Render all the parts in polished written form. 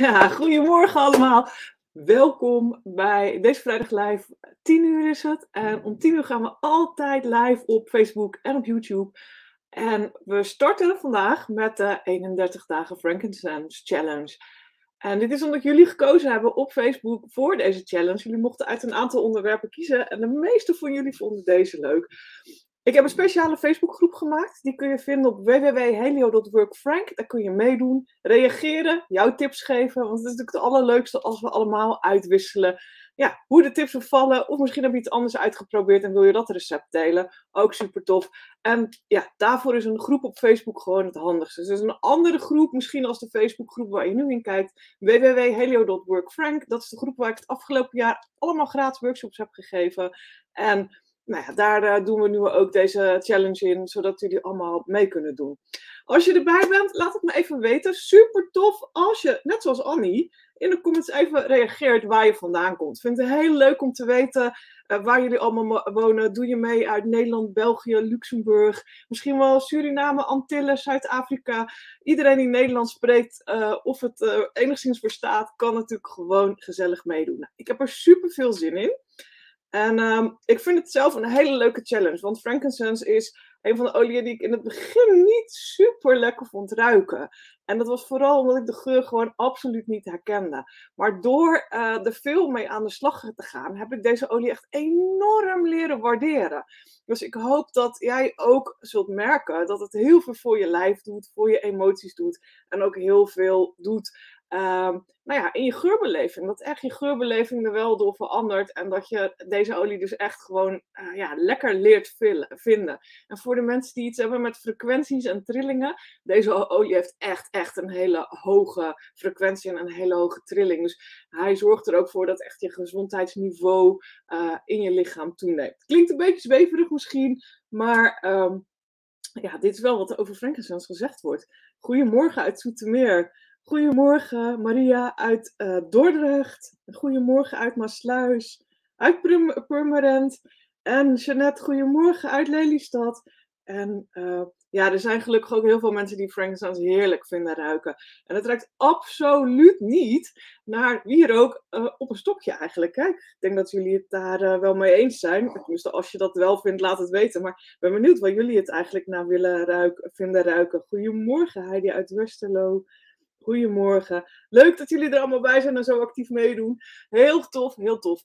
Ja, goedemorgen allemaal. Welkom bij deze vrijdag live. 10 uur is het. En om 10 uur gaan we altijd live op Facebook en op YouTube. En we starten vandaag met de 31 dagen Frankincense Challenge. En dit is omdat jullie gekozen hebben op Facebook voor deze challenge. Jullie mochten uit een aantal onderwerpen kiezen. En de meeste van jullie vonden deze leuk. Ik heb een speciale Facebookgroep gemaakt. Die kun je vinden op www.helio.workfrank. Daar kun je meedoen, reageren, jouw tips geven. Want het is natuurlijk het allerleukste als we allemaal uitwisselen. Ja, hoe de tips bevallen. Of misschien heb je iets anders uitgeprobeerd en wil je dat recept delen. Ook super tof. En ja, daarvoor is een groep op Facebook gewoon het handigste. Dus een andere groep, misschien als de Facebookgroep waar je nu in kijkt. www.helio.workfrank. Dat is de groep waar ik het afgelopen jaar allemaal gratis workshops heb gegeven. En nou ja, daar doen we nu ook deze challenge in, zodat jullie allemaal mee kunnen doen. Als je erbij bent, laat het me even weten. Super tof als je, net zoals Annie, in de comments even reageert waar je vandaan komt. Ik vind het heel leuk om te weten waar jullie allemaal wonen. Doe je mee uit Nederland, België, Luxemburg, misschien wel Suriname, Antillen, Zuid-Afrika. Iedereen die Nederlands spreekt of het enigszins verstaat, kan natuurlijk gewoon gezellig meedoen. Nou, ik heb er super veel zin in. En ik vind het zelf een hele leuke challenge. Want frankincense is een van de oliën die ik in het begin niet super lekker vond ruiken. En dat was vooral omdat ik de geur gewoon absoluut niet herkende. Maar door er veel mee aan de slag te gaan, heb ik deze olie echt enorm leren waarderen. Dus ik hoop dat jij ook zult merken dat het heel veel voor je lijf doet, voor je emoties doet. En ook heel veel doet nou ja, in je geurbeleving. Dat echt je geurbeleving er wel door verandert. En dat je deze olie dus echt gewoon ja, lekker leert vinden. En voor de mensen die iets hebben met frequenties en trillingen. Deze olie heeft echt een hele hoge frequentie en een hele hoge trilling. Dus hij zorgt er ook voor dat echt je gezondheidsniveau in je lichaam toeneemt. Klinkt een beetje zweverig misschien. Maar ja, dit is wel wat er over frankincense gezegd wordt. Goedemorgen uit Zoetermeer. Goedemorgen Maria uit Dordrecht. Goedemorgen uit Maasluis. Uit Purmerend. En Jeannette, goedemorgen uit Lelystad. En ja, er zijn gelukkig ook heel veel mensen die frankincense heerlijk vinden ruiken. En het ruikt absoluut niet naar wierook op een stokje eigenlijk. Hè? Ik denk dat jullie het daar wel mee eens zijn. Tenminste, als je dat wel vindt, laat het weten. Maar ik ben benieuwd waar jullie het eigenlijk naar willen vinden ruiken. Goedemorgen Heidi uit Westerlo. Goedemorgen. Leuk dat jullie er allemaal bij zijn en zo actief meedoen. Heel tof, heel tof.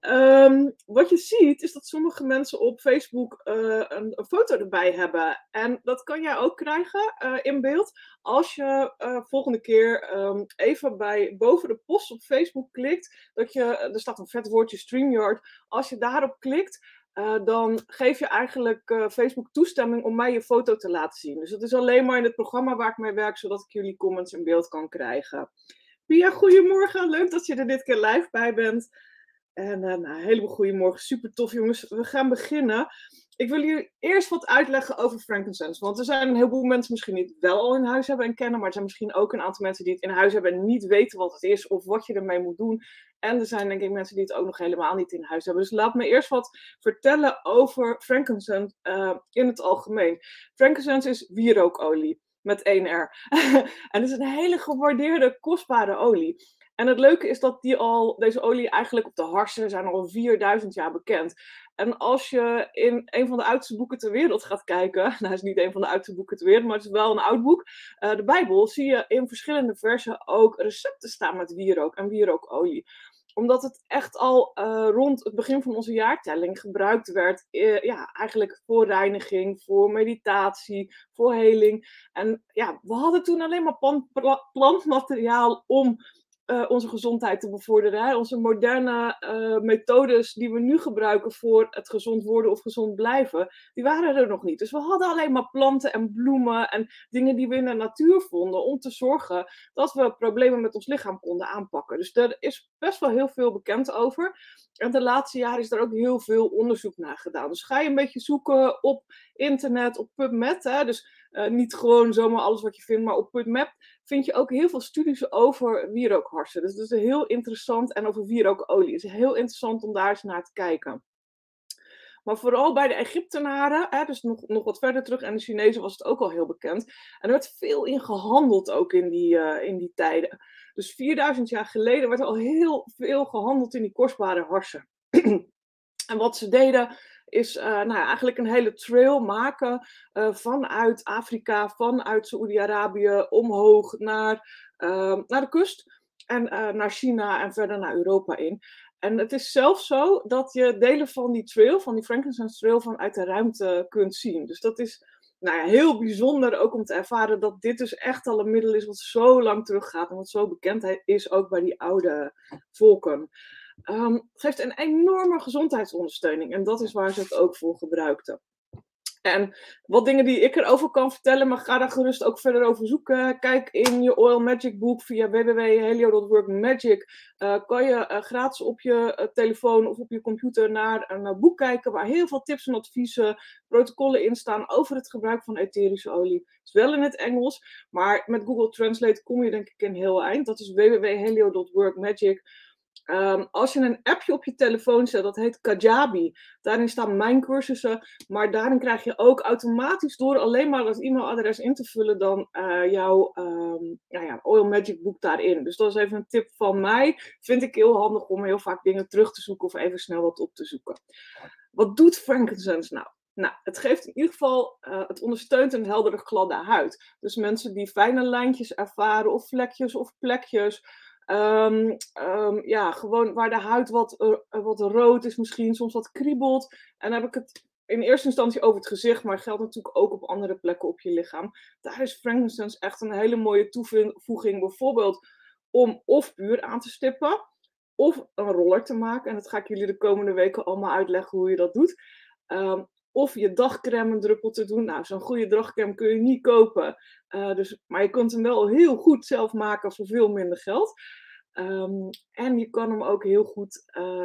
Wat je ziet is dat sommige mensen op Facebook een foto erbij hebben. En dat kan jij ook krijgen in beeld als je volgende keer even boven de post op Facebook klikt. Er staat een vet woordje StreamYard. Als je daarop klikt, dan geef je eigenlijk Facebook toestemming om mij je foto te laten zien. Dus het is alleen maar in het programma waar ik mee werk, zodat ik jullie comments in beeld kan krijgen. Pia, goedemorgen. Leuk dat je er dit keer live bij bent. En nou, een heleboel goedemorgen. Super tof, jongens. We gaan beginnen. Ik wil jullie eerst wat uitleggen over frankincense. Want er zijn een heleboel mensen misschien die het wel al in huis hebben en kennen. Maar er zijn misschien ook een aantal mensen die het in huis hebben en niet weten wat het is of wat je ermee moet doen. En er zijn denk ik mensen die het ook nog helemaal niet in huis hebben. Dus laat me eerst wat vertellen over frankincense in het algemeen. Frankincense is wierookolie met 1 R. En het is een hele gewaardeerde, kostbare olie. En het leuke is dat deze olie eigenlijk op de harsen zijn al 4000 jaar bekend. En als je in een van de oudste boeken ter wereld gaat kijken, nou het is niet een van de oudste boeken ter wereld, maar het is wel een oud boek, de Bijbel, zie je in verschillende versen ook recepten staan met wierook en wierookolie. Omdat het echt al rond het begin van onze jaartelling gebruikt werd, ja, eigenlijk voor reiniging, voor meditatie, voor heling. En ja, we hadden toen alleen maar plantmateriaal om onze gezondheid te bevorderen. Hè? Onze moderne methodes die we nu gebruiken voor het gezond worden of gezond blijven, die waren er nog niet. Dus we hadden alleen maar planten en bloemen en dingen die we in de natuur vonden om te zorgen dat we problemen met ons lichaam konden aanpakken. Dus er is best wel heel veel bekend over. En de laatste jaren is er ook heel veel onderzoek naar gedaan. Dus ga je een beetje zoeken op internet, op PubMed. Hè? Dus niet gewoon zomaar alles wat je vindt, maar op PubMed vind je ook heel veel studies over wierookharsen. Dus dat is heel interessant. En over wierookolie. Het is heel interessant om daar eens naar te kijken. Maar vooral bij de Egyptenaren, hè, dus nog wat verder terug, en de Chinezen was het ook al heel bekend. En er werd veel in gehandeld ook in die tijden. Dus 4000 jaar geleden werd al heel veel gehandeld in die kostbare harsen. En wat ze deden is nou ja, eigenlijk een hele trail maken vanuit Afrika, vanuit Saoedi-Arabië, omhoog naar de kust. En naar China en verder naar Europa in. En het is zelfs zo dat je delen van die trail, van die Frankincense Trail, vanuit de ruimte kunt zien. Dus dat is nou ja, heel bijzonder ook om te ervaren dat dit dus echt al een middel is wat zo lang teruggaat en wat zo bekend is ook bij die oude volken. Geeft een enorme gezondheidsondersteuning en dat is waar ze het ook voor gebruikten. En wat dingen die ik erover kan vertellen, maar ga daar gerust ook verder over zoeken. Kijk in je Oil Magic boek via www.helio.workmagic. Kan je gratis op je telefoon of op je computer naar een boek kijken waar heel veel tips en adviezen, protocollen in staan over het gebruik van etherische olie. Het is wel in het Engels, maar met Google Translate kom je denk ik een heel eind. Dat is www.helio.workmagic. Als je een appje op je telefoon zet, dat heet Kajabi. Daarin staan mijn cursussen, maar daarin krijg je ook automatisch door alleen maar dat e-mailadres in te vullen dan jouw Oil Magic boek daarin. Dus dat is even een tip van mij. Vind ik heel handig om heel vaak dingen terug te zoeken of even snel wat op te zoeken. Wat doet frankincense nou? Nou, het geeft in ieder geval, het ondersteunt een heldere gladde huid. Dus mensen die fijne lijntjes ervaren of vlekjes of plekjes. Ja, gewoon waar de huid wat rood is misschien, soms wat kriebelt. En dan heb ik het in eerste instantie over het gezicht, maar geldt natuurlijk ook op andere plekken op je lichaam. Daar is frankincense echt een hele mooie toevoeging, bijvoorbeeld om of puur aan te stippen, of een roller te maken. En dat ga ik jullie de komende weken allemaal uitleggen hoe je dat doet. Of je dagcrème een druppel te doen. Nou, zo'n goede dagcrème kun je niet kopen. Maar je kunt hem wel heel goed zelf maken voor veel minder geld. En je kan hem ook heel goed,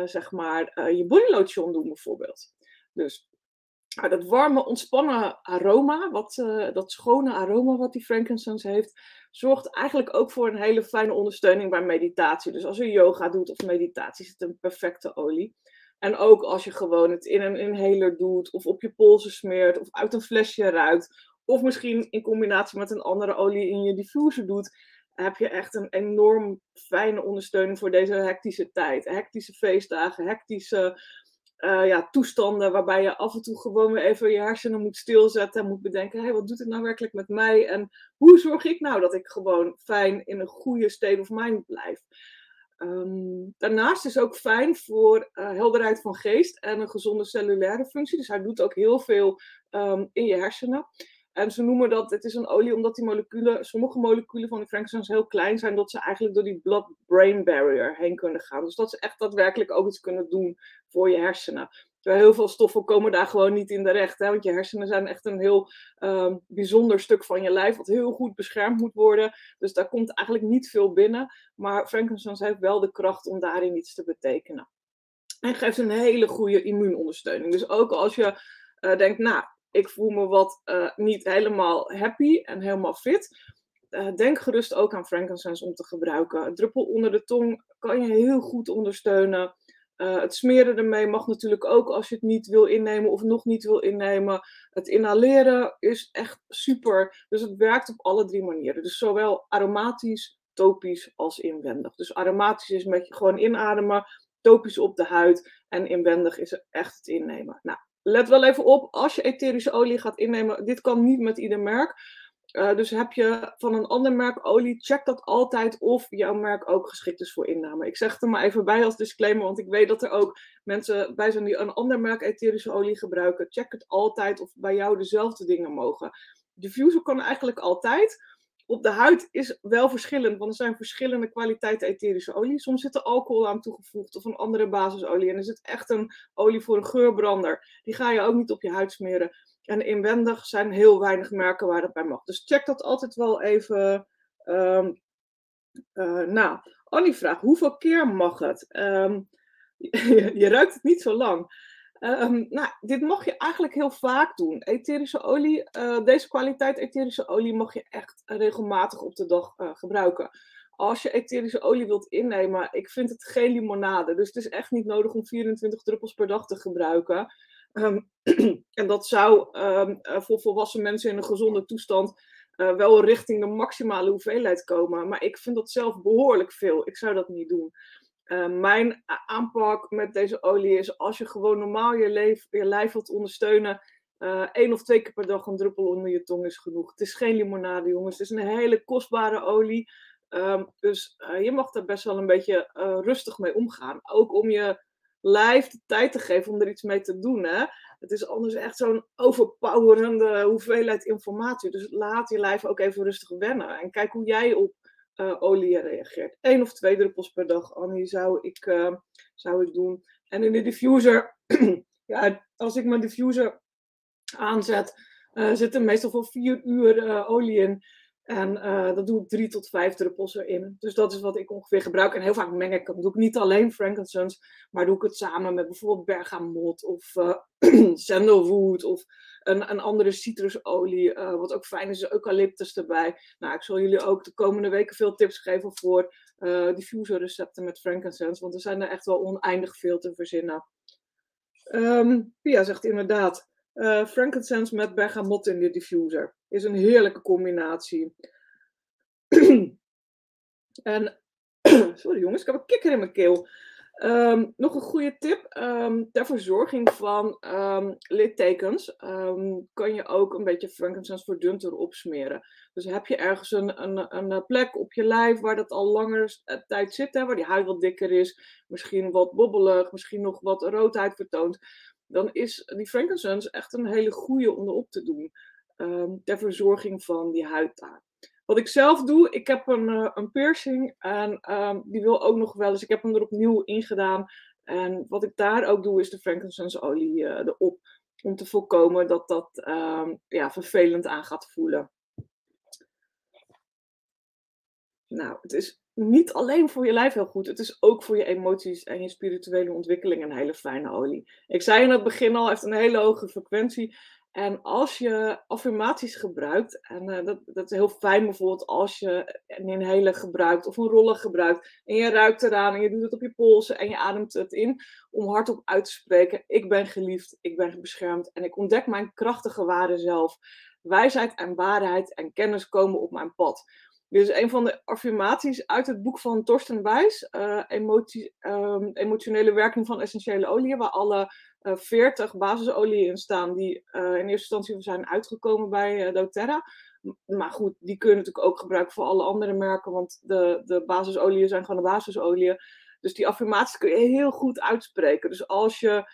je bodylotion doen bijvoorbeeld. Dus dat warme, ontspannen aroma, dat schone aroma wat die frankincense heeft, zorgt eigenlijk ook voor een hele fijne ondersteuning bij meditatie. Dus als je yoga doet of meditatie, is het een perfecte olie. En ook als je gewoon het in een inhaler doet, of op je polsen smeert, of uit een flesje ruikt, of misschien in combinatie met een andere olie in je diffuser doet, heb je echt een enorm fijne ondersteuning voor deze hectische tijd. Hectische feestdagen, hectische toestanden waarbij je af en toe gewoon weer even je hersenen moet stilzetten en moet bedenken, hey, wat doet het nou werkelijk met mij en hoe zorg ik nou dat ik gewoon fijn in een goede state of mind blijf. Daarnaast is het ook fijn voor helderheid van geest en een gezonde cellulaire functie. Dus hij doet ook heel veel in je hersenen. En ze noemen dat, het is een olie omdat sommige moleculen van die frankincense heel klein zijn, dat ze eigenlijk door die blood-brain barrier heen kunnen gaan. Dus dat ze echt daadwerkelijk ook iets kunnen doen voor je hersenen. Terwijl heel veel stoffen komen daar gewoon niet in terecht. Hè? Want je hersenen zijn echt een heel bijzonder stuk van je lijf, wat heel goed beschermd moet worden. Dus daar komt eigenlijk niet veel binnen. Maar frankincense heeft wel de kracht om daarin iets te betekenen. En geeft een hele goede immuunondersteuning. Dus ook als je denkt, nou, ik voel me niet helemaal happy en helemaal fit. Denk gerust ook aan frankincense om te gebruiken. Een druppel onder de tong kan je heel goed ondersteunen. Het smeren ermee mag natuurlijk ook als je het niet wil innemen of nog niet wil innemen. Het inhaleren is echt super. Dus het werkt op alle 3 manieren. Dus zowel aromatisch, topisch als inwendig. Dus aromatisch is met je gewoon inademen, topisch op de huid en inwendig is echt het innemen. Nou, let wel even op, als je etherische olie gaat innemen, dit kan niet met ieder merk. Dus heb je van een ander merk olie, check dat altijd of jouw merk ook geschikt is voor inname. Ik zeg het er maar even bij als disclaimer, want ik weet dat er ook mensen bij zijn die een ander merk etherische olie gebruiken. Check het altijd of bij jou dezelfde dingen mogen. Diffuser kan eigenlijk altijd. Op de huid is wel verschillend, want er zijn verschillende kwaliteiten etherische olie. Soms zit er alcohol aan toegevoegd of een andere basisolie. En er zit echt een olie voor een geurbrander. Die ga je ook niet op je huid smeren. En inwendig zijn heel weinig merken waar dat bij mag. Dus check dat altijd wel even. Annie vraagt, hoeveel keer mag het? Je ruikt het niet zo lang. Dit mag je eigenlijk heel vaak doen. Etherische olie, deze kwaliteit etherische olie mag je echt regelmatig op de dag gebruiken. Als je etherische olie wilt innemen, ik vind het geen limonade. Dus het is echt niet nodig om 24 druppels per dag te gebruiken. Ehm, en dat zou voor volwassen mensen in een gezonde toestand wel richting de maximale hoeveelheid komen. Maar ik vind dat zelf behoorlijk veel. Ik zou dat niet doen. Mijn aanpak met deze olie is als je gewoon normaal je lijf wilt ondersteunen. 1 of 2 keer per dag een druppel onder je tong is genoeg. Het is geen limonade, jongens. Het is een hele kostbare olie. Dus je mag daar best wel een beetje rustig mee omgaan. Ook om je lijf de tijd te geven om er iets mee te doen. Hè? Het is anders echt zo'n overpowerende hoeveelheid informatie. Dus laat je lijf ook even rustig wennen. En kijk hoe jij op olie reageert. 1 of 2 druppels per dag, Annie, zou ik doen. En in de diffuser, ja, als ik mijn diffuser aanzet, zit er meestal voor 4 uur olie in. En dat doe ik 3 tot 5 druppels erin. Dus dat is wat ik ongeveer gebruik. En heel vaak meng ik hem. Doe ik niet alleen frankincense, maar doe ik het samen met bijvoorbeeld bergamot of sandalwood of een andere citrusolie. Wat ook fijn is eucalyptus erbij. Nou, ik zal jullie ook de komende weken veel tips geven voor diffuserrecepten met frankincense. Want er zijn er echt wel oneindig veel te verzinnen. Pia zegt inderdaad, frankincense met bergamot in de diffuser. Is een heerlijke combinatie. En, sorry jongens, ik heb een kikker in mijn keel. Nog een goede tip. Ter verzorging van littekens kan je ook een beetje frankincense verdund erop smeren. Dus heb je ergens een plek op je lijf waar dat al langer tijd zit, hè, waar die huid wat dikker is, misschien wat bobbelig, misschien nog wat roodheid vertoont, dan is die frankincense echt een hele goede om erop te doen. Ter verzorging van die huid daar. Wat ik zelf doe, ik heb een piercing en die wil ook nog wel eens, ik heb hem er opnieuw ingedaan. En wat ik daar ook doe, is de frankincense olie erop. Om te voorkomen dat dat vervelend aan gaat voelen. Nou, het is niet alleen voor je lijf heel goed, het is ook voor je emoties en je spirituele ontwikkeling een hele fijne olie. Ik zei in het begin al, het heeft een hele hoge frequentie. En als je affirmaties gebruikt, en dat is heel fijn bijvoorbeeld als je een inhaler gebruikt of een roller gebruikt, en je ruikt eraan en je doet het op je polsen en je ademt het in, om hardop uit te spreken, ik ben geliefd, ik ben beschermd en ik ontdek mijn krachtige ware zelf. Wijsheid en waarheid en kennis komen op mijn pad. Dit is een van de affirmaties uit het boek van Torsten Wijs, Emotionele werking van essentiële oliën, waar alle 40 basisolieën in staan die in eerste instantie zijn uitgekomen bij doTERRA. Maar goed, die kun je natuurlijk ook gebruiken voor alle andere merken, want de basisolieën zijn gewoon de basisolieën. Dus die affirmaties kun je heel goed uitspreken. Dus als je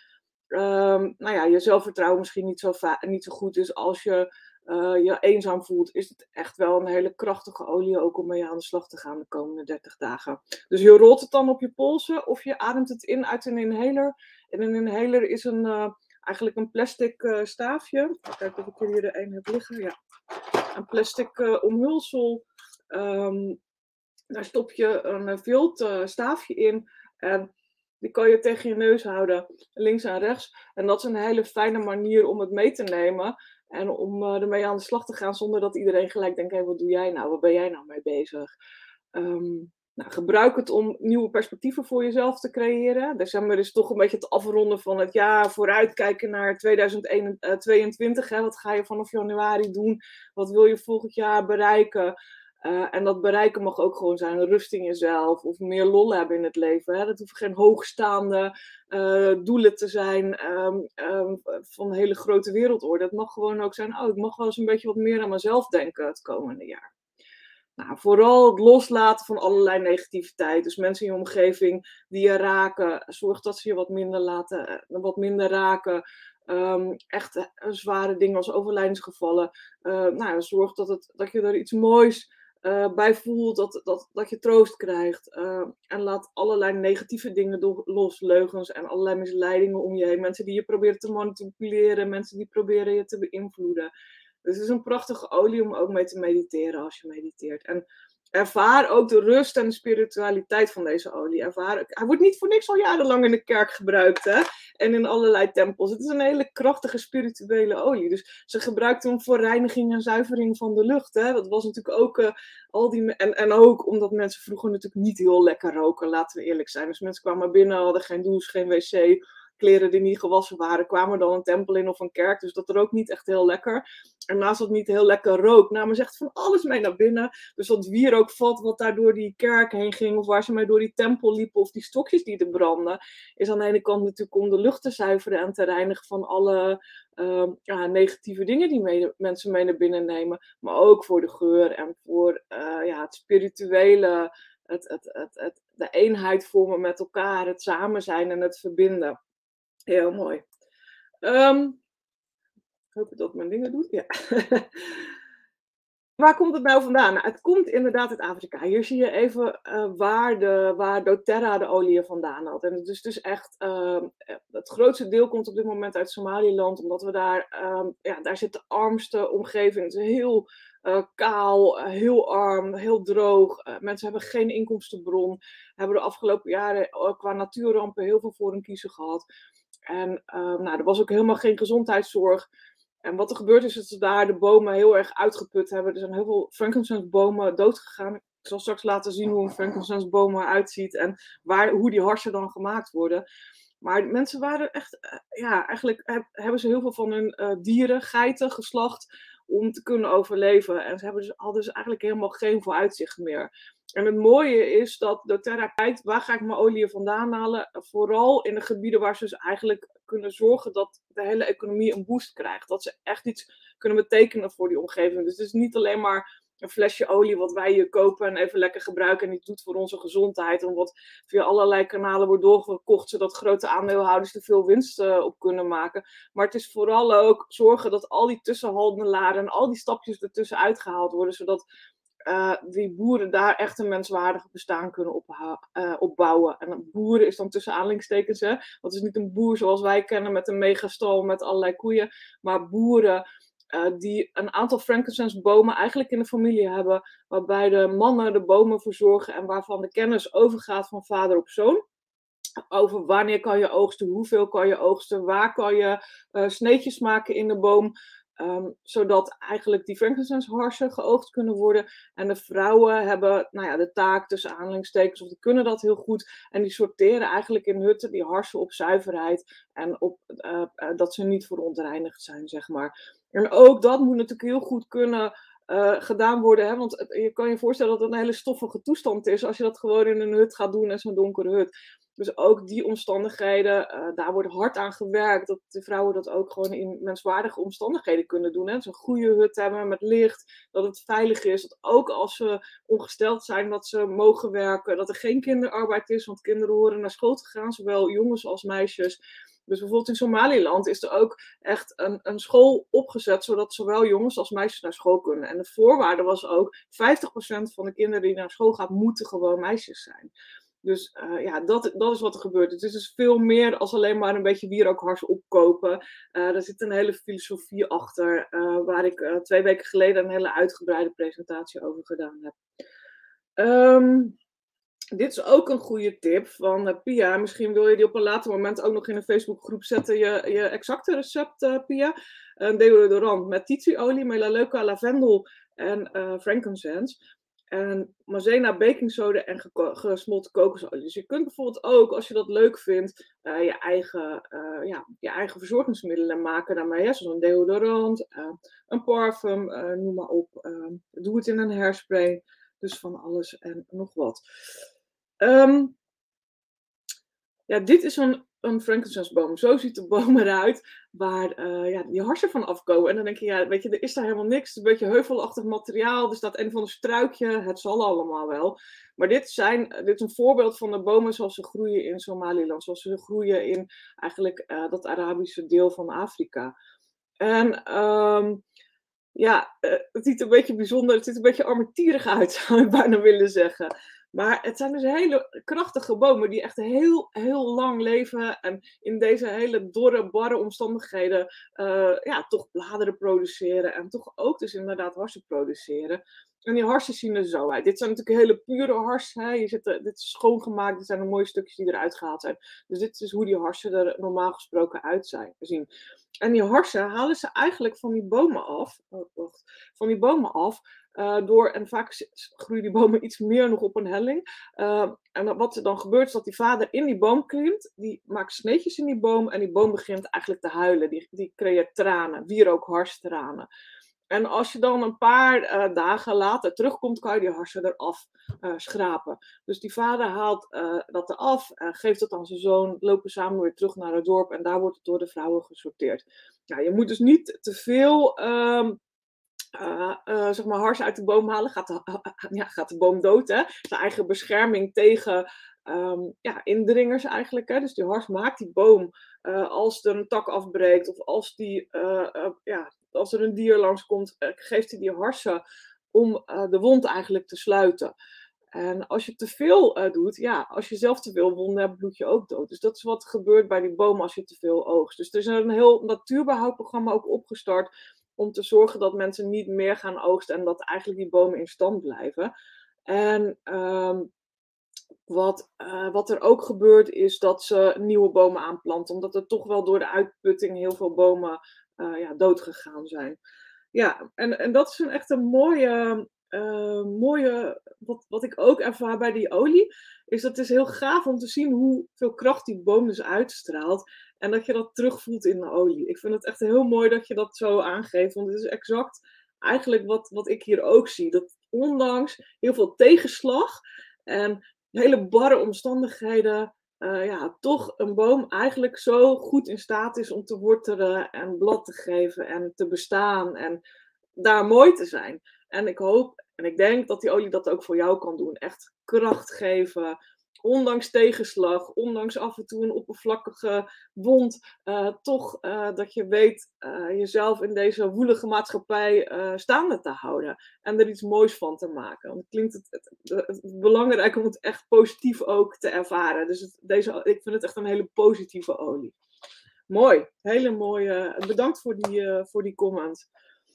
je zelfvertrouwen misschien niet zo goed is, als je je eenzaam voelt, is het echt wel een hele krachtige olie ook om mee aan de slag te gaan de komende 30 dagen. Dus je rolt het dan op je polsen of je ademt het in uit een inhaler. En een inhaler is eigenlijk een plastic staafje. Kijk of ik er hier een heb liggen. Ja. Een plastic omhulsel. Daar stop je een vilt staafje in. En die kan je tegen je neus houden, links en rechts. En dat is een hele fijne manier om het mee te nemen. En om ermee aan de slag te gaan zonder dat iedereen gelijk denkt, hé, wat doe jij nou? Waar ben jij nou mee bezig? Gebruik het om nieuwe perspectieven voor jezelf te creëren. December is toch een beetje het afronden van het jaar, vooruitkijken naar 2022. Hè? Wat ga je vanaf januari doen? Wat wil je volgend jaar bereiken? En dat bereiken mag ook gewoon zijn rust in jezelf of meer lol hebben in het leven. Hè? Dat hoeven geen hoogstaande doelen te zijn van een hele grote wereldorde. Het mag gewoon ook zijn, ik mag wel eens een beetje wat meer aan mezelf denken het komende jaar. Nou, vooral het loslaten van allerlei negativiteit. Dus mensen in je omgeving die je raken, zorg dat ze je wat minder raken. Echt zware dingen als overlijdensgevallen. Zorg dat je er iets moois bij voelt, dat je troost krijgt. En laat allerlei negatieve dingen los, leugens en allerlei misleidingen om je heen. Mensen die je proberen te manipuleren, mensen die proberen je te beïnvloeden. Dus het is een prachtige olie om ook mee te mediteren als je mediteert. En ervaar ook de rust en de spiritualiteit van deze olie. Hij wordt niet voor niks al jarenlang in de kerk gebruikt, hè? En in allerlei tempels. Het is een hele krachtige spirituele olie. Dus ze gebruikten hem voor reiniging en zuivering van de lucht. Hè? Dat was natuurlijk ook en ook omdat mensen vroeger natuurlijk niet heel lekker roken, laten we eerlijk zijn. Dus mensen kwamen binnen, hadden geen douche, geen wc, kleren die niet gewassen waren, kwamen dan een tempel in of een kerk. Dus dat rook niet echt heel lekker. En naast dat het niet heel lekker rook, namen ze echt van alles mee naar binnen. Dus dat wierookvat wat daar door die kerk heen ging, of waar ze mee door die tempel liepen, of die stokjes die er brandden, is aan de ene kant natuurlijk om de lucht te zuiveren en te reinigen van alle negatieve dingen die mensen mee naar binnen nemen. Maar ook voor de geur en voor het spirituele, de eenheid vormen met elkaar, het samen zijn en het verbinden. Heel mooi. Hoop dat mijn dingen doet. Ja. Waar komt het nou vandaan? Nou, het komt inderdaad uit Afrika. Hier zie je even waar doTERRA de olie vandaan had. En het is dus echt, het grootste deel komt op dit moment uit Somaliland, omdat we daar zit de armste omgeving. Het is heel kaal, heel arm, heel droog. Mensen hebben geen inkomstenbron. Hebben de afgelopen jaren qua natuurrampen heel veel voor hun kiezen gehad. En er was ook helemaal geen gezondheidszorg. En wat er gebeurd is, dat ze daar de bomen heel erg uitgeput hebben. Er zijn heel veel frankincense bomen doodgegaan. Ik zal straks laten zien hoe een frankincense boom eruit ziet en hoe die harsen dan gemaakt worden. Maar mensen waren echt, eigenlijk hebben ze heel veel van hun dieren, geiten, geslacht om te kunnen overleven. En hadden dus eigenlijk helemaal geen vooruitzicht meer. En het mooie is dat doTERRA kijkt, waar ga ik mijn olie vandaan halen? Vooral in de gebieden waar ze dus eigenlijk kunnen zorgen dat de hele economie een boost krijgt. Dat ze echt iets kunnen betekenen voor die omgeving. Dus het is niet alleen maar een flesje olie wat wij hier kopen en even lekker gebruiken en iets doet voor onze gezondheid. En wat via allerlei kanalen wordt doorgekocht, zodat grote aandeelhouders er veel winst op kunnen maken. Maar het is vooral ook zorgen dat al die tussenhandelaren en al die stapjes ertussen uitgehaald worden, zodat die boeren daar echt een menswaardig bestaan kunnen opbouwen. En boeren is dan tussen aanhalingstekens, hè. Want het is niet een boer zoals wij kennen met een megastal met allerlei koeien. Maar boeren die een aantal frankincense bomen eigenlijk in de familie hebben. Waarbij de mannen de bomen verzorgen en waarvan de kennis overgaat van vader op zoon. Over wanneer kan je oogsten, hoeveel kan je oogsten, waar kan je sneetjes maken in de boom. Zodat eigenlijk die frankincense harsen geoogst kunnen worden. En de vrouwen hebben de taak tussen aanhalingstekens, of die kunnen dat heel goed. En die sorteren eigenlijk in hutten die harsen op zuiverheid. En op dat ze niet verontreinigd zijn, zeg maar. En ook dat moet natuurlijk heel goed kunnen gedaan worden. Hè? Want je kan je voorstellen dat het een hele stoffige toestand is als je dat gewoon in een hut gaat doen, in zo'n donkere hut. Dus ook die omstandigheden, daar wordt hard aan gewerkt. Dat de vrouwen dat ook gewoon in menswaardige omstandigheden kunnen doen. Hè? Dat ze een goede hut hebben met licht, dat het veilig is. Dat ook als ze ongesteld zijn, dat ze mogen werken. Dat er geen kinderarbeid is, want kinderen horen naar school te gaan, zowel jongens als meisjes. Dus bijvoorbeeld in Somaliland is er ook echt een school opgezet, zodat zowel jongens als meisjes naar school kunnen. En de voorwaarde was ook, 50% van de kinderen die naar school gaat, moeten gewoon meisjes zijn. Dus dat is wat er gebeurt. Het is dus veel meer als alleen maar een beetje wierookhars opkopen. Er zit een hele filosofie achter, waar ik 2 weken geleden een hele uitgebreide presentatie over gedaan heb. Dit is ook een goede tip van Pia. Misschien wil je die op een later moment ook nog in een Facebookgroep zetten. Je exacte recept, Pia. Een deodorant met tea tree olie, melaleuca, lavendel en frankincense. En maizena, baking soda en gesmolten kokosolie. Dus je kunt bijvoorbeeld ook, als je dat leuk vindt, je eigen verzorgingsmiddelen maken daarmee. Hè? Zoals een deodorant, een parfum, noem maar op. Doe het in een hairspray. Dus van alles en nog wat. Dit is een frankincense boom. Zo ziet de boom eruit, waar die harsen van afkomen. En dan denk je, weet je, er is daar helemaal niks. Het is een beetje heuvelachtig materiaal. Er staat een of ander struikje. Het zal allemaal wel. Maar dit is een voorbeeld van de bomen zoals ze groeien in Somaliland. Zoals ze groeien in eigenlijk dat Arabische deel van Afrika. En het ziet een beetje bijzonder, het ziet een beetje armetierig uit, zou ik bijna willen zeggen. Maar het zijn dus hele krachtige bomen die echt heel, heel lang leven. En in deze hele dorre, barre omstandigheden toch bladeren produceren. En toch ook dus inderdaad harsen produceren. En die harsen zien er zo uit. Dit zijn natuurlijk hele pure harsen. Hè. Dit is schoongemaakt. Dit zijn de mooie stukjes die eruit gehaald zijn. Dus dit is hoe die harsen er normaal gesproken zien. En die harsen halen ze eigenlijk van die bomen af. Van die bomen af. En vaak groeien die bomen iets meer nog op een helling. En wat er dan gebeurt is dat die vader in die boom klimt. Die maakt sneetjes in die boom. En die boom begint eigenlijk te huilen. Die creëert tranen. Wierookharstranen. En als je dan een paar dagen later terugkomt, kan je die harsen eraf schrapen. Dus die vader haalt dat eraf, geeft het aan zijn zoon, lopen samen weer terug naar het dorp en daar wordt het door de vrouwen gesorteerd. Nou, je moet dus niet te veel zeg maar harsen uit de boom halen, gaat de boom dood. Hè? Zijn eigen bescherming tegen indringers eigenlijk. Hè? Dus die hars maakt die boom als er een tak afbreekt of als er een dier langskomt, geeft hij die harsen om de wond eigenlijk te sluiten. En als je te veel doet, als je zelf te veel wonden hebt, bloed je ook dood. Dus dat is wat gebeurt bij die bomen als je te veel oogst. Dus er is een heel natuurbehoudprogramma ook opgestart om te zorgen dat mensen niet meer gaan oogsten en dat eigenlijk die bomen in stand blijven. En wat er ook gebeurt is dat ze nieuwe bomen aanplanten, omdat er toch wel door de uitputting heel veel bomen dood gegaan zijn. Ja, en dat is echt een mooie wat ik ook ervaar bij die olie, is dat het is heel gaaf om te zien hoeveel kracht die boom dus uitstraalt en dat je dat terugvoelt in de olie. Ik vind het echt heel mooi dat je dat zo aangeeft, want het is exact eigenlijk wat ik hier ook zie. Dat ondanks heel veel tegenslag en hele barre omstandigheden toch een boom eigenlijk zo goed in staat is om te wortelen en blad te geven en te bestaan en daar mooi te zijn. En ik hoop en ik denk dat die olie dat ook voor jou kan doen. Echt kracht geven, ondanks tegenslag, ondanks af en toe een oppervlakkige wond, dat je weet jezelf in deze woelige maatschappij staande te houden en er iets moois van te maken. Want het klinkt het belangrijk om het echt positief ook te ervaren. Dus ik vind het echt een hele positieve olie. Mooi, hele mooie. Bedankt voor die comment.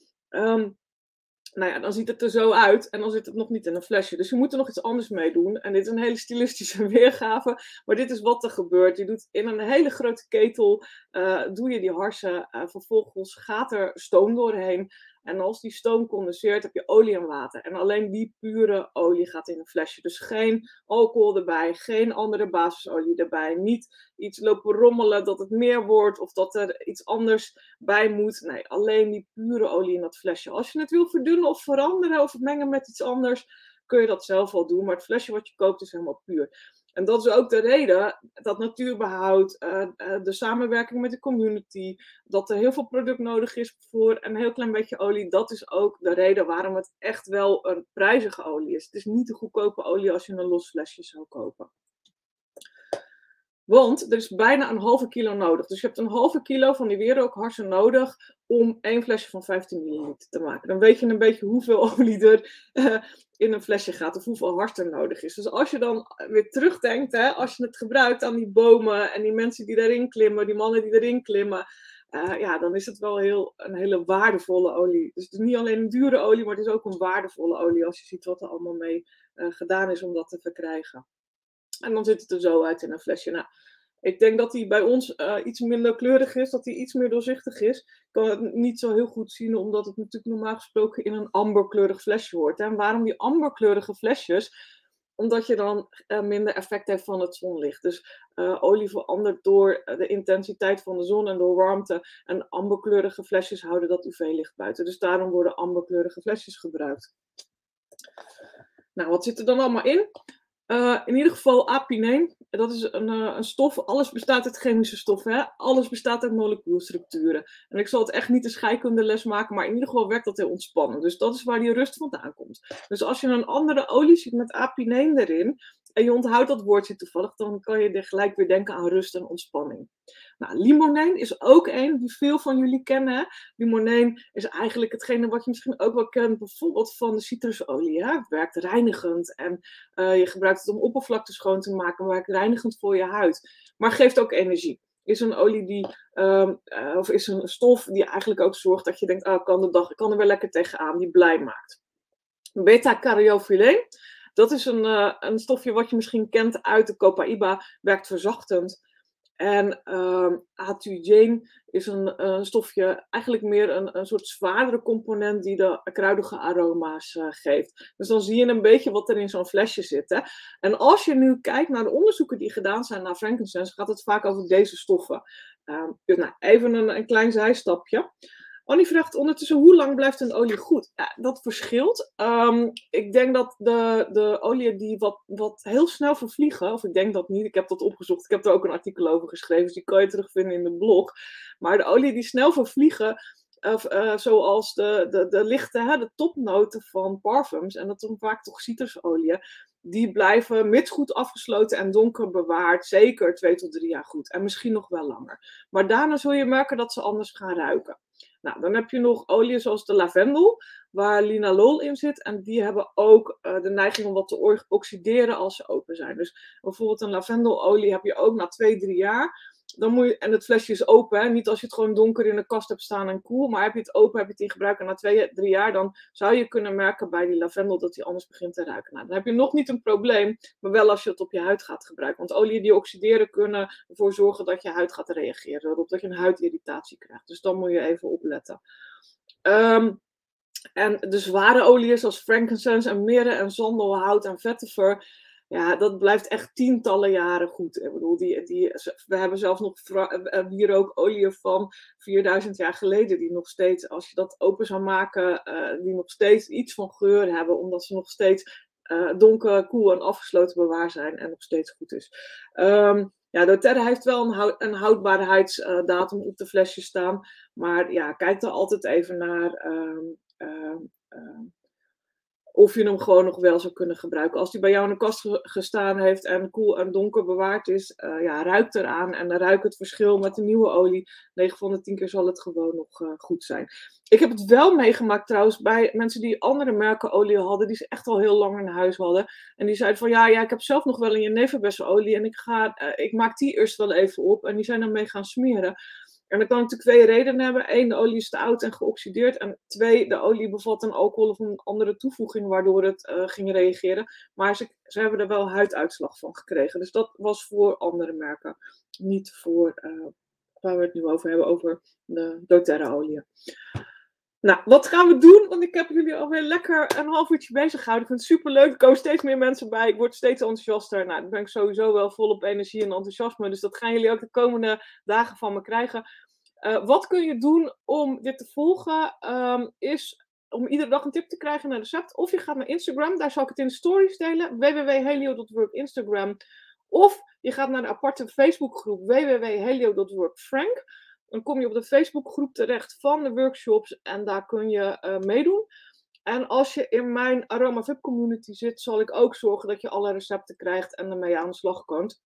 Dan ziet het er zo uit en dan zit het nog niet in een flesje. Dus je moet er nog iets anders mee doen. En dit is een hele stilistische weergave, maar dit is wat er gebeurt. Je doet in een hele grote ketel, doe je die harsen, vervolgens gaat er stoom doorheen. En als die stoom condenseert, heb je olie en water. En alleen die pure olie gaat in een flesje. Dus geen alcohol erbij, geen andere basisolie erbij. Niet iets lopen rommelen dat het meer wordt of dat er iets anders bij moet. Nee, alleen die pure olie in dat flesje. Als je het wil verdunnen of veranderen of mengen met iets anders, kun je dat zelf wel doen. Maar het flesje wat je koopt is helemaal puur. En dat is ook de reden dat natuurbehoud, de samenwerking met de community, dat er heel veel product nodig is voor een heel klein beetje olie. Dat is ook de reden waarom het echt wel een prijzige olie is. Het is niet de goedkope olie als je een los flesje zou kopen. Want er is bijna een halve kilo nodig. Dus je hebt een halve kilo van die wierookharsen nodig om 1 flesje van 15 milliliter te maken. Dan weet je een beetje hoeveel olie er in een flesje gaat of hoeveel hars er nodig is. Dus als je dan weer terugdenkt, als je het gebruikt aan die bomen en die mensen die daarin klimmen, die mannen die erin klimmen, dan is het wel een hele waardevolle olie. Dus het is niet alleen een dure olie, maar het is ook een waardevolle olie als je ziet wat er allemaal mee gedaan is om dat te verkrijgen. En dan ziet het er zo uit in een flesje. Nou, ik denk dat die bij ons iets minder kleurig is, dat die iets meer doorzichtig is. Ik kan het niet zo heel goed zien, omdat het natuurlijk normaal gesproken in een amberkleurig flesje hoort. En waarom die amberkleurige flesjes? Omdat je dan minder effect heeft van het zonlicht. Dus olie verandert door de intensiteit van de zon en door warmte. En amberkleurige flesjes houden dat UV-licht buiten. Dus daarom worden amberkleurige flesjes gebruikt. Nou, wat zit er dan allemaal in? In ieder geval apineem. Dat is een stof. Alles bestaat uit chemische stoffen. Hè? Alles bestaat uit molecuulstructuren. En ik zal het echt niet een scheikundeles maken, maar in ieder geval werkt dat heel ontspannend. Dus dat is waar die rust vandaan komt. Dus als je een andere olie ziet met apineem erin en je onthoudt dat woordje toevallig, dan kan je er gelijk weer denken aan rust en ontspanning. Nou, limoneen is ook een die veel van jullie kennen. Limoneen is eigenlijk hetgene wat je misschien ook wel kent, bijvoorbeeld van de citrusolie. Hè? Het werkt reinigend en je gebruikt het om oppervlakte schoon te maken, maar werkt reinigend voor je huid. Maar geeft ook energie. Is een olie of is een stof die eigenlijk ook zorgt dat je denkt, ik kan er weer lekker tegenaan, die blij maakt. Beta-caryophyleen. Dat is een stofje wat je misschien kent uit de Copaiba, werkt verzachtend. En atugeen is een stofje, eigenlijk meer een soort zwaardere component die de kruidige aroma's geeft. Dus dan zie je een beetje wat er in zo'n flesje zit. Hè? En als je nu kijkt naar de onderzoeken die gedaan zijn naar frankincense, gaat het vaak over deze stoffen. Dus nou, even een klein zijstapje. Annie vraagt ondertussen, hoe lang blijft een olie goed? Ja, dat verschilt. Ik denk dat de oliën die wat heel snel vervliegen, of ik denk dat niet, ik heb dat opgezocht, ik heb er ook een artikel over geschreven, dus die kan je terugvinden in de blog. Maar de oliën die snel vervliegen, zoals de lichte, de topnoten van parfums, en dat zijn vaak toch citrusolieën, die blijven mits goed afgesloten en donker bewaard, zeker 2 tot 3 jaar goed. En misschien nog wel langer. Maar daarna zul je merken dat ze anders gaan ruiken. Nou, dan heb je nog oliën zoals de lavendel, waar linalool in zit. En die hebben ook de neiging om wat te oxideren als ze open zijn. Dus bijvoorbeeld een lavendelolie heb je ook na 2, 3 jaar. Dan moet je, en het flesje is open, hè? Niet als je het gewoon donker in de kast hebt staan en koel. Maar heb je het open, heb je het in gebruik en na 2, 3 jaar, dan zou je kunnen merken bij die lavendel dat die anders begint te ruiken. Nou, dan heb je nog niet een probleem, maar wel als je het op je huid gaat gebruiken. Want oliën die oxideren kunnen ervoor zorgen dat je huid gaat reageren erop, dat je een huidirritatie krijgt. Dus dan moet je even opletten. En de zware oliën zoals frankincense en mirre en sandelhout en vetiver, ja, dat blijft echt tientallen jaren goed. Ik bedoel, we hebben zelfs nog hier ook oliën van 4000 jaar geleden, die nog steeds, als je dat open zou maken, die nog steeds iets van geur hebben, omdat ze nog steeds donker, koel en afgesloten bewaard zijn en nog steeds goed is. Ja, doTERRA heeft wel een houdbaarheidsdatum op de flesjes staan, maar ja, kijk er altijd even naar of je hem gewoon nog wel zou kunnen gebruiken. Als die bij jou in de kast gestaan heeft en koel en donker bewaard is, ja, ruik eraan en dan ruik het verschil met de nieuwe olie. 9 van de 10 keer zal het gewoon nog goed zijn. Ik heb het wel meegemaakt trouwens bij mensen die andere merken olie hadden, die ze echt al heel lang in huis hadden. En die zeiden van ja, ik heb zelf nog wel een jeneverbessenolie en ik maak die eerst wel even op. En die zijn ermee gaan smeren. En dat kan natuurlijk 2 redenen hebben. 1, de olie is te oud en geoxideerd. En 2, de olie bevat een alcohol of een andere toevoeging waardoor het ging reageren. Maar ze hebben er wel huiduitslag van gekregen. Dus dat was voor andere merken. Niet voor waar we het nu over hebben, over de doTERRA olie. Nou, wat gaan we doen? Want ik heb jullie alweer lekker een half uurtje bezig gehouden. Ik vind het superleuk. Er komen steeds meer mensen bij. Ik word steeds enthousiaster. Nou, dan ben ik sowieso wel volop energie en enthousiasme. Dus dat gaan jullie ook de komende dagen van me krijgen. Wat kun je doen om dit te volgen? Is om iedere dag een tip te krijgen en een recept. Of je gaat naar Instagram. Daar zal ik het in de stories delen. www.helio.work Instagram. Of je gaat naar de aparte Facebookgroep www.helio.work-frank. Dan kom je op de Facebookgroep terecht van de workshops en daar kun je meedoen. En als je in mijn Aroma VIP community zit, zal ik ook zorgen dat je alle recepten krijgt en ermee aan de slag kunt.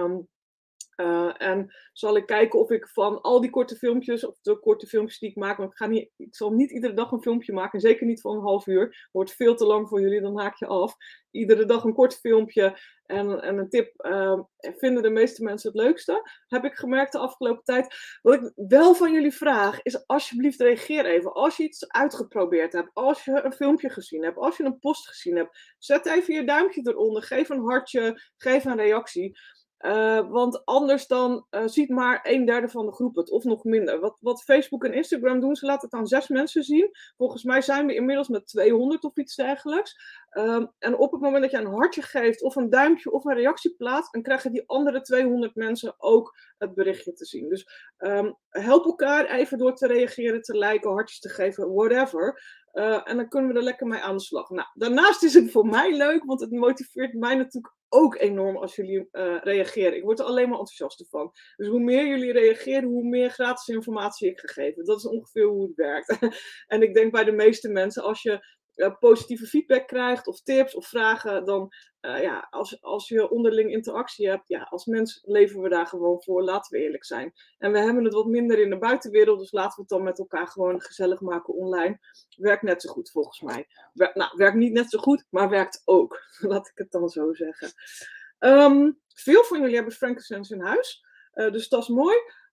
En zal ik kijken of ik van al die korte filmpjes, of de korte filmpjes die ik maak, want ik zal niet iedere dag een filmpje maken, zeker niet van een half uur. Wordt veel te lang voor jullie, dan haak je af. Iedere dag een kort filmpje en een tip vinden de meeste mensen het leukste. Heb ik gemerkt de afgelopen tijd. Wat ik wel van jullie vraag, is alsjeblieft reageer even. Als je iets uitgeprobeerd hebt, als je een filmpje gezien hebt, als je een post gezien hebt, zet even je duimpje eronder, geef een hartje, geef een reactie. Want anders dan ziet maar 1/3 van de groep het, of nog minder. Wat Facebook en Instagram doen, ze laten het aan 6 mensen zien. Volgens mij zijn we inmiddels met 200 of iets dergelijks. En op het moment dat je een hartje geeft, of een duimpje, of een reactie plaatst, dan krijgen die andere 200 mensen ook het berichtje te zien. Dus help elkaar even door te reageren, te liken, hartjes te geven, whatever. En dan kunnen we er lekker mee aan de slag. Nou, daarnaast is het voor mij leuk, want het motiveert mij natuurlijk ook enorm als jullie reageren. Ik word er alleen maar enthousiaster van. Dus hoe meer jullie reageren, hoe meer gratis informatie ik ga geven. Dat is ongeveer hoe het werkt. En ik denk bij de meeste mensen, als je positieve feedback krijgt, of tips, of vragen, dan als je onderling interactie hebt, ja, als mens leven we daar gewoon voor, laten we eerlijk zijn. En we hebben het wat minder in de buitenwereld, dus laten we het dan met elkaar gewoon gezellig maken online. Werkt net zo goed volgens mij. Werkt niet net zo goed, maar werkt ook. Laat ik het dan zo zeggen. Veel van jullie hebben frankincense in huis, dus dat is mooi.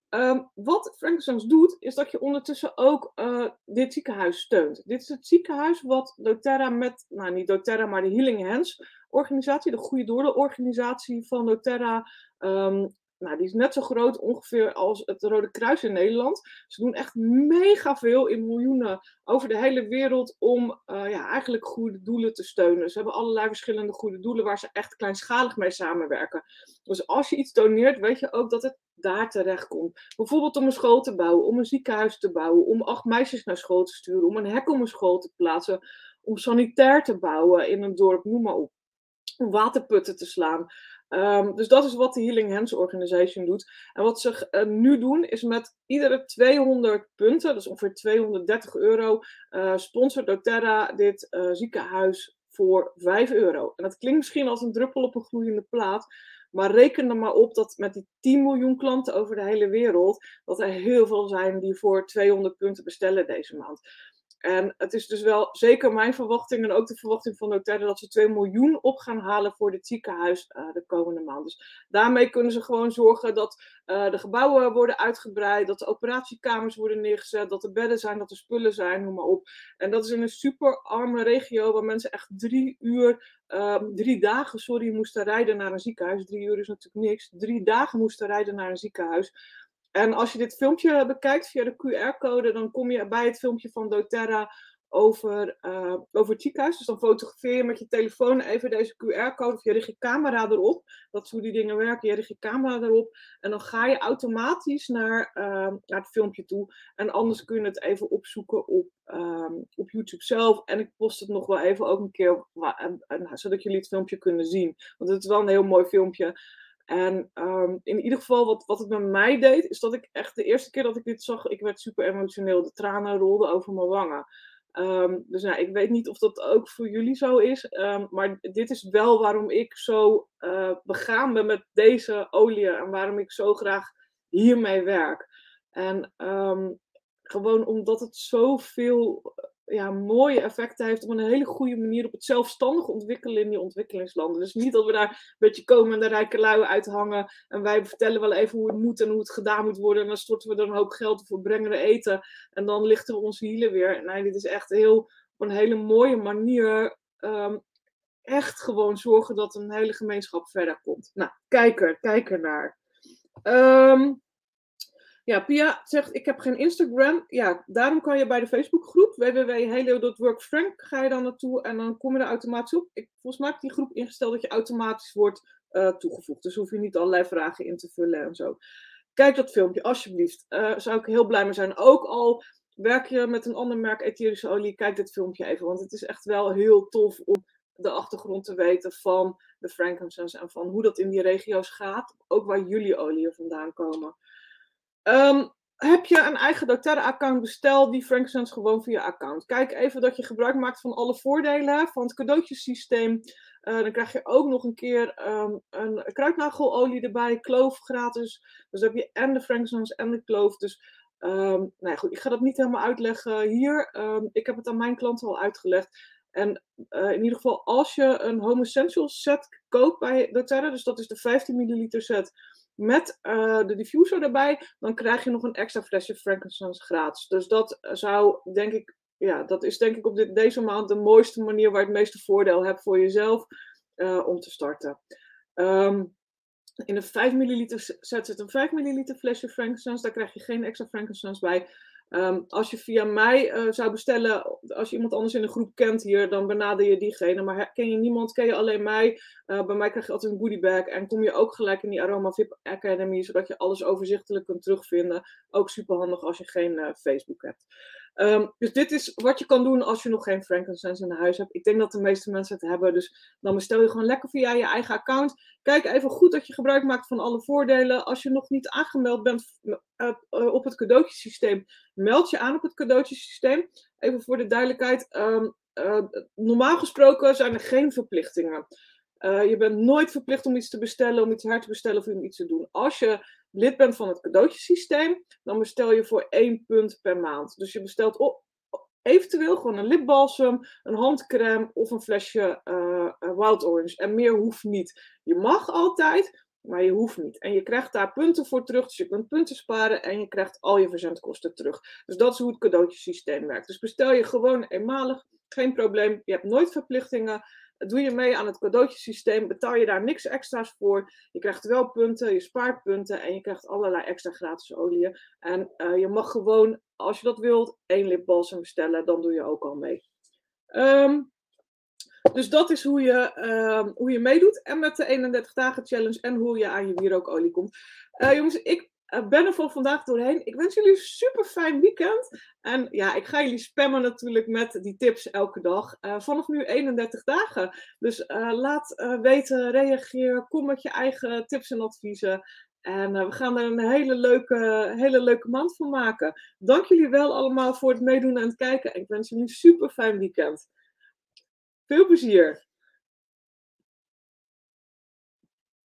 Wat Frankincense doet, is dat je ondertussen ook dit ziekenhuis steunt. Dit is het ziekenhuis wat doTERRA niet doTERRA, maar de Healing Hands organisatie, de Goede Doelen organisatie van doTERRA, die is net zo groot ongeveer als het Rode Kruis in Nederland. Ze doen echt mega veel in miljoenen over de hele wereld om eigenlijk goede doelen te steunen. Ze hebben allerlei verschillende goede doelen waar ze echt kleinschalig mee samenwerken. Dus als je iets doneert, weet je ook dat het daar terecht komt. Bijvoorbeeld om een school te bouwen, om een ziekenhuis te bouwen, om 8 meisjes naar school te sturen, om een hek om een school te plaatsen, om sanitair te bouwen in een dorp, noem maar op. Om waterputten te slaan. Dus dat is wat de Healing Hands Organization doet. En wat ze nu doen, is met iedere 200 punten, dat is ongeveer €230, sponsort doTERRA dit ziekenhuis voor €5. En dat klinkt misschien als een druppel op een gloeiende plaat, maar reken er maar op dat met die 10 miljoen klanten over de hele wereld, dat er heel veel zijn die voor 200 punten bestellen deze maand. En het is dus wel zeker mijn verwachting en ook de verwachting van doTERRA dat ze 2 miljoen op gaan halen voor dit ziekenhuis de komende maand. Dus daarmee kunnen ze gewoon zorgen dat de gebouwen worden uitgebreid, dat de operatiekamers worden neergezet, dat er bedden zijn, dat er spullen zijn, noem maar op. En dat is in een super arme regio waar mensen echt 3 dagen moesten rijden naar een ziekenhuis. 3 uur is natuurlijk niks. 3 dagen moesten rijden naar een ziekenhuis. En als je dit filmpje bekijkt via de QR-code, dan kom je bij het filmpje van doTERRA over het ziekenhuis. Dus dan fotografeer je met je telefoon even deze QR-code of je richt je camera erop. Dat is hoe die dingen werken. Je richt je camera erop en dan ga je automatisch naar het filmpje toe. En anders kun je het even opzoeken op YouTube zelf. En ik post het nog wel even ook een keer, zodat jullie het filmpje kunnen zien. Want het is wel een heel mooi filmpje. En in ieder geval, wat het met mij deed, is dat ik echt de eerste keer dat ik dit zag, ik werd super emotioneel. De tranen rolden over mijn wangen. Dus ik weet niet of dat ook voor jullie zo is. Maar dit is wel waarom ik zo begaan ben met deze olie en waarom ik zo graag hiermee werk. En gewoon omdat het zoveel mooie effecten heeft op een hele goede manier op het zelfstandig ontwikkelen in die ontwikkelingslanden. Dus niet dat we daar een beetje komen en de rijke lui uithangen en wij vertellen wel even hoe het moet en hoe het gedaan moet worden en dan storten we er een hoop geld voor, brengen we eten en dan lichten we onze hielen weer. Nee, dit is echt op een hele mooie manier echt gewoon zorgen dat een hele gemeenschap verder komt. Nou, kijk ernaar. Pia zegt, ik heb geen Instagram. Ja, daarom kan je bij de Facebookgroep www.helio.workfrank ga je dan naartoe en dan kom je er automatisch op. Volgens mij heb ik die groep ingesteld dat je automatisch wordt toegevoegd. Dus hoef je niet allerlei vragen in te vullen en zo. Kijk dat filmpje, alsjeblieft. Zou ik heel blij mee zijn. Ook al werk je met een ander merk etherische olie, kijk dit filmpje even. Want het is echt wel heel tof om de achtergrond te weten van de frankincense en van hoe dat in die regio's gaat. Ook waar jullie oliën vandaan komen. Heb je een eigen doTERRA-account, bestel die frankincense gewoon via account. Kijk even dat je gebruik maakt van alle voordelen van het cadeautjesysteem. Dan krijg je ook nog een keer een kruidnagelolie erbij, kloof gratis. Dus dan heb je en de frankincense en de kloof. Dus goed, ik ga dat niet helemaal uitleggen hier. Ik heb het aan mijn klanten al uitgelegd. En in ieder geval, als je een Home Essentials set koopt bij doTERRA, dus dat is de 15 milliliter set met de diffuser erbij, dan krijg je nog een extra flesje frankincense gratis. Dus dat zou, denk ik, dat is denk ik op deze maand de mooiste manier waar je het meeste voordeel hebt voor jezelf om te starten. In een 5 milliliter set zit een 5 milliliter flesje frankincense, daar krijg je geen extra frankincense bij. Als je via mij zou bestellen, als je iemand anders in de groep kent hier, dan benader je diegene. Maar ken je niemand, ken je alleen mij, bij mij krijg je altijd een goodiebag en kom je ook gelijk in die Aroma VIP Academy, zodat je alles overzichtelijk kunt terugvinden. Ook super handig als je geen Facebook hebt. Dus dit is wat je kan doen als je nog geen frankincense in huis hebt. Ik denk dat de meeste mensen het hebben, dus dan bestel je gewoon lekker via je eigen account. Kijk even goed dat je gebruik maakt van alle voordelen. Als je nog niet aangemeld bent op het cadeautjesysteem, meld je aan op het cadeautjesysteem. Even voor de duidelijkheid, normaal gesproken zijn er geen verplichtingen. Je bent nooit verplicht om iets te bestellen, om iets her te bestellen of om iets te doen. Als je lid bent van het cadeautjesysteem, dan bestel je voor 1 punt per maand. Dus je bestelt eventueel gewoon een lipbalsem, een handcrème of een flesje Wild Orange. En meer hoeft niet. Je mag altijd, Maar je hoeft niet. En je krijgt daar punten voor terug. Dus je kunt punten sparen en je krijgt al je verzendkosten terug. Dus dat is hoe het cadeautjesysteem werkt. Dus bestel je gewoon eenmalig, geen probleem. Je hebt nooit verplichtingen. Doe je mee aan het cadeautjesysteem, betaal je daar niks extra's voor. Je krijgt wel punten, je spaart punten en je krijgt allerlei extra gratis oliën. En je mag gewoon, als je dat wilt, 1 lipbalsem bestellen. Dan doe je ook al mee. Dus dat is hoe je meedoet. En met de 31 dagen challenge en hoe je aan je wierookolie komt. Jongens, ik ben er voor vandaag doorheen. Ik wens jullie een super fijn weekend. En ja, ik ga jullie spammen natuurlijk met die tips elke dag. Vanaf nu 31 dagen. Dus laat weten, reageer, kom met je eigen tips en adviezen. En we gaan er een hele leuke maand van maken. Dank jullie wel allemaal voor het meedoen en het kijken. En ik wens jullie een super fijn weekend. Veel plezier!